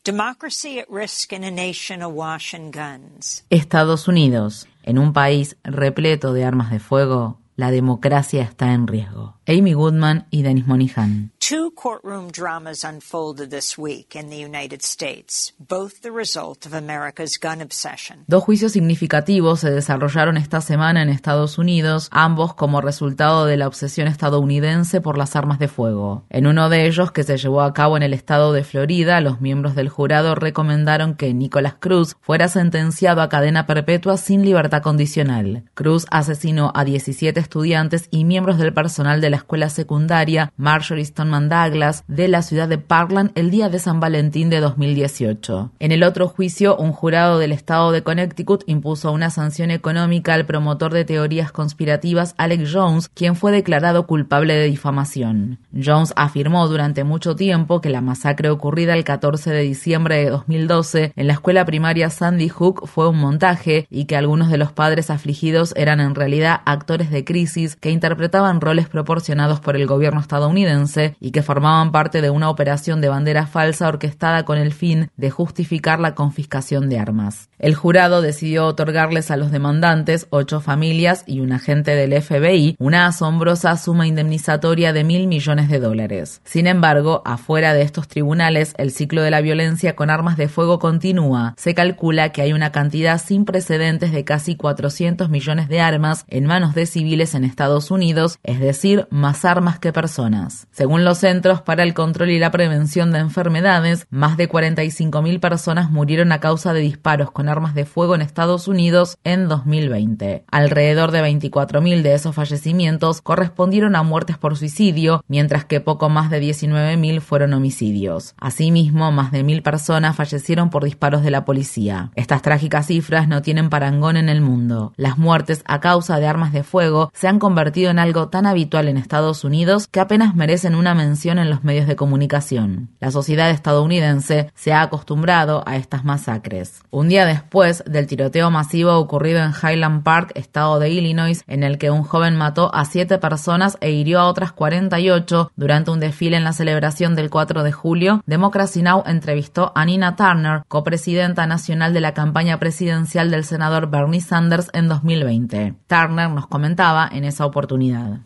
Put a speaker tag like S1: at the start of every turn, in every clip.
S1: Democracy at risk in a nation awash in guns.
S2: Estados Unidos, en un país repleto de armas de fuego, la democracia está en riesgo. Amy Goodman y Dennis Monihan.
S1: Two courtroom dramas unfolded this week in the United States, both the result of America's gun obsession.
S2: Dos juicios significativos se desarrollaron esta semana en Estados Unidos, ambos como resultado de la obsesión estadounidense por las armas de fuego. En uno de ellos, que se llevó a cabo en el estado de Florida, los miembros del jurado recomendaron que Nicholas Cruz fuera sentenciado a cadena perpetua sin libertad condicional. Cruz asesinó a 17 estudiantes y miembros del personal de la escuela secundaria Marjory Stoneman Douglas de la ciudad de Parkland el día de San Valentín de 2018. En el otro juicio, un jurado del estado de Connecticut impuso una sanción económica al promotor de teorías conspirativas Alex Jones, quien fue declarado culpable de difamación. Jones afirmó durante mucho tiempo que la masacre ocurrida el 14 de diciembre de 2012 en la escuela primaria Sandy Hook fue un montaje y que algunos de los padres afligidos eran en realidad actores de crisis que interpretaban roles proporcionados por el gobierno estadounidense y que formaban parte de una operación de bandera falsa orquestada con el fin de justificar la confiscación de armas. El jurado decidió otorgarles a los demandantes, 8 familias y un agente del FBI, una asombrosa suma indemnizatoria de $1.000 millones. Sin embargo, afuera de estos tribunales, el ciclo de la violencia con armas de fuego continúa. Se calcula que hay una cantidad sin precedentes de casi 400 millones de armas en manos de civiles en Estados Unidos, es decir, más armas que personas. Según los Centros para el Control y la Prevención de Enfermedades, más de 45.000 personas murieron a causa de disparos con armas de fuego en Estados Unidos en 2020. Alrededor de 24.000 de esos fallecimientos correspondieron a muertes por suicidio, mientras que poco más de 19.000 fueron homicidios. Asimismo, más de 1.000 personas fallecieron por disparos de la policía. Estas trágicas cifras no tienen parangón en el mundo. Las muertes a causa de armas de fuego se han convertido en algo tan habitual en Estados Unidos que apenas merecen una mención en los medios de comunicación. La sociedad estadounidense se ha acostumbrado a estas masacres. Un día después del tiroteo masivo ocurrido en Highland Park, estado de Illinois, en el que un joven mató a 7 personas e hirió a otras 48 durante un desfile en la celebración del 4 de julio, Democracy Now! Entrevistó a Nina Turner, copresidenta nacional de la campaña presidencial del senador Bernie Sanders en 2020. Turner nos comentaba en esa oportunidad.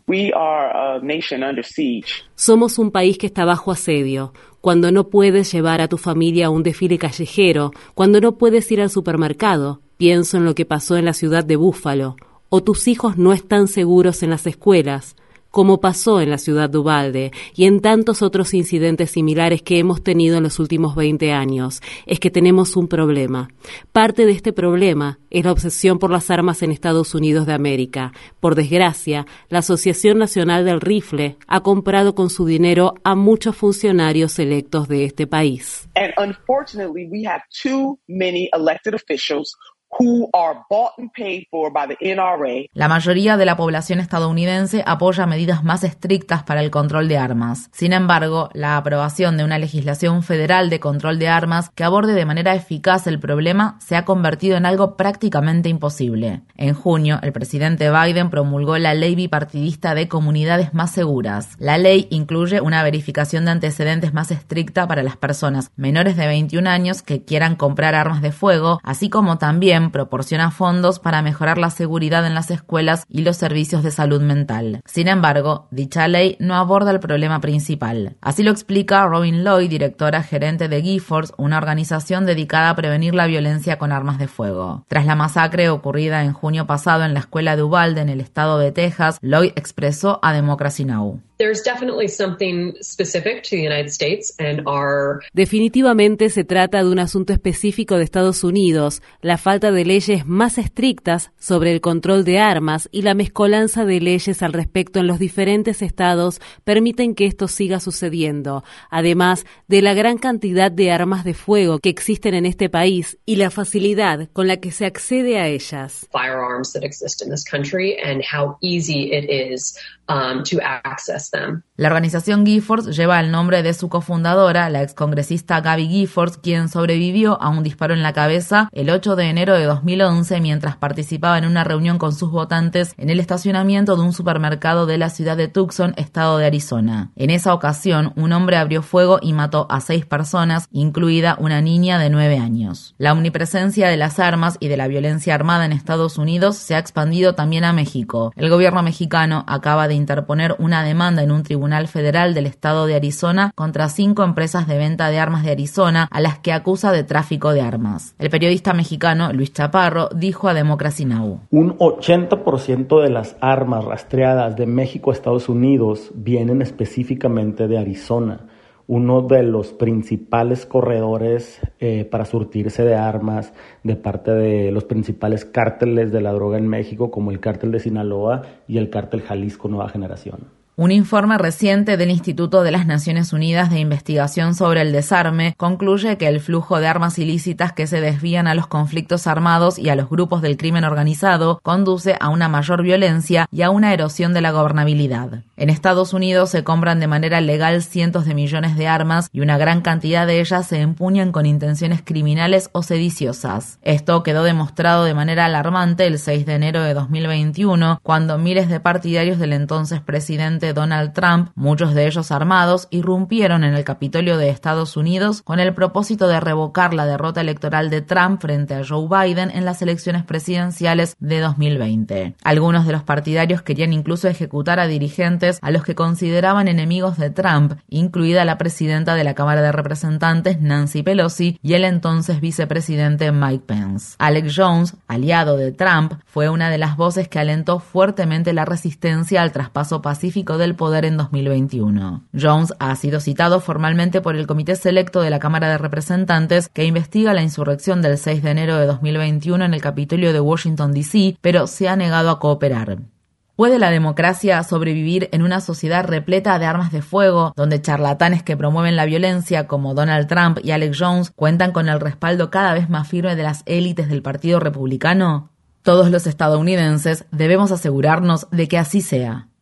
S3: Somos un país que está bajo asedio. Cuando no puedes llevar a tu familia a un desfile callejero, cuando no puedes ir al supermercado, pienso en lo que pasó en la ciudad de Buffalo, o tus hijos no están seguros en las escuelas, como pasó en la ciudad de Uvalde y en tantos otros incidentes similares que hemos tenido en los últimos 20 años, es que tenemos un problema. Parte de este problema es la obsesión por las armas en Estados Unidos de América. Por desgracia, la Asociación Nacional del Rifle ha comprado con su dinero a muchos funcionarios electos de este país.
S4: And unfortunately, we have too many elected officials who are bought and paid for by the NRA.
S2: La mayoría de la población estadounidense apoya medidas más estrictas para el control de armas. Sin embargo, la aprobación de una legislación federal de control de armas que aborde de manera eficaz el problema se ha convertido en algo prácticamente imposible. En junio, el presidente Biden promulgó la Ley Bipartidista de Comunidades Más Seguras. La ley incluye una verificación de antecedentes más estricta para las personas menores de 21 años que quieran comprar armas de fuego, así como también proporciona fondos para mejorar la seguridad en las escuelas y los servicios de salud mental. Sin embargo, dicha ley no aborda el problema principal. Así lo explica Robin Lloyd, directora gerente de Gifford, una organización dedicada a prevenir la violencia con armas de fuego. Tras la masacre ocurrida en junio pasado en la escuela de Uvalde, en el estado de Texas, Lloyd expresó a Democracy Now!
S3: Definitivamente se trata de un asunto específico de Estados Unidos, la falta de leyes más estrictas sobre el control de armas y la mezcolanza de leyes al respecto en los diferentes estados permiten que esto siga sucediendo, además de la gran cantidad de armas de fuego que existen en este país y la facilidad con la que se accede a ellas.
S5: to access them.
S2: La organización Giffords lleva el nombre de su cofundadora, la excongresista Gabby Giffords, quien sobrevivió a un disparo en la cabeza el 8 de enero de 2011 mientras participaba en una reunión con sus votantes en el estacionamiento de un supermercado de la ciudad de Tucson, estado de Arizona. En esa ocasión, un hombre abrió fuego y mató a 6 personas, incluida una niña de 9 años. La omnipresencia de las armas y de la violencia armada en Estados Unidos se ha expandido también a México. El gobierno mexicano acaba de interponer una demanda en un tribunal federal del estado de Arizona contra 5 empresas de venta de armas de Arizona a las que acusa de tráfico de armas. El periodista mexicano Luis Chaparro dijo a Democracy Now!
S6: Un 80% de las armas rastreadas de México a Estados Unidos vienen específicamente de Arizona, uno de los principales corredores para surtirse de armas de parte de los principales cárteles de la droga en México, como el cártel de Sinaloa y el cártel Jalisco Nueva Generación.
S2: Un informe reciente del Instituto de las Naciones Unidas de Investigación sobre el Desarme concluye que el flujo de armas ilícitas que se desvían a los conflictos armados y a los grupos del crimen organizado conduce a una mayor violencia y a una erosión de la gobernabilidad. En Estados Unidos se compran de manera legal cientos de millones de armas y una gran cantidad de ellas se empuñan con intenciones criminales o sediciosas. Esto quedó demostrado de manera alarmante el 6 de enero de 2021, cuando miles de partidarios del entonces presidente Donald Trump, muchos de ellos armados, irrumpieron en el Capitolio de Estados Unidos con el propósito de revocar la derrota electoral de Trump frente a Joe Biden en las elecciones presidenciales de 2020. Algunos de los partidarios querían incluso ejecutar a dirigentes a los que consideraban enemigos de Trump, incluida la presidenta de la Cámara de Representantes, Nancy Pelosi, y el entonces vicepresidente Mike Pence. Alex Jones, aliado de Trump, fue una de las voces que alentó fuertemente la resistencia al traspaso pacífico del poder en 2021. Jones ha sido citado formalmente por el Comité Selecto de la Cámara de Representantes que investiga la insurrección del 6 de enero de 2021 en el Capitolio de Washington, D.C., pero se ha negado a cooperar. ¿Puede la democracia sobrevivir en una sociedad repleta de armas de fuego, donde charlatanes que promueven la violencia como Donald Trump y Alex Jones cuentan con el respaldo cada vez más firme de las élites del Partido Republicano? Todos los estadounidenses debemos asegurarnos de que así sea.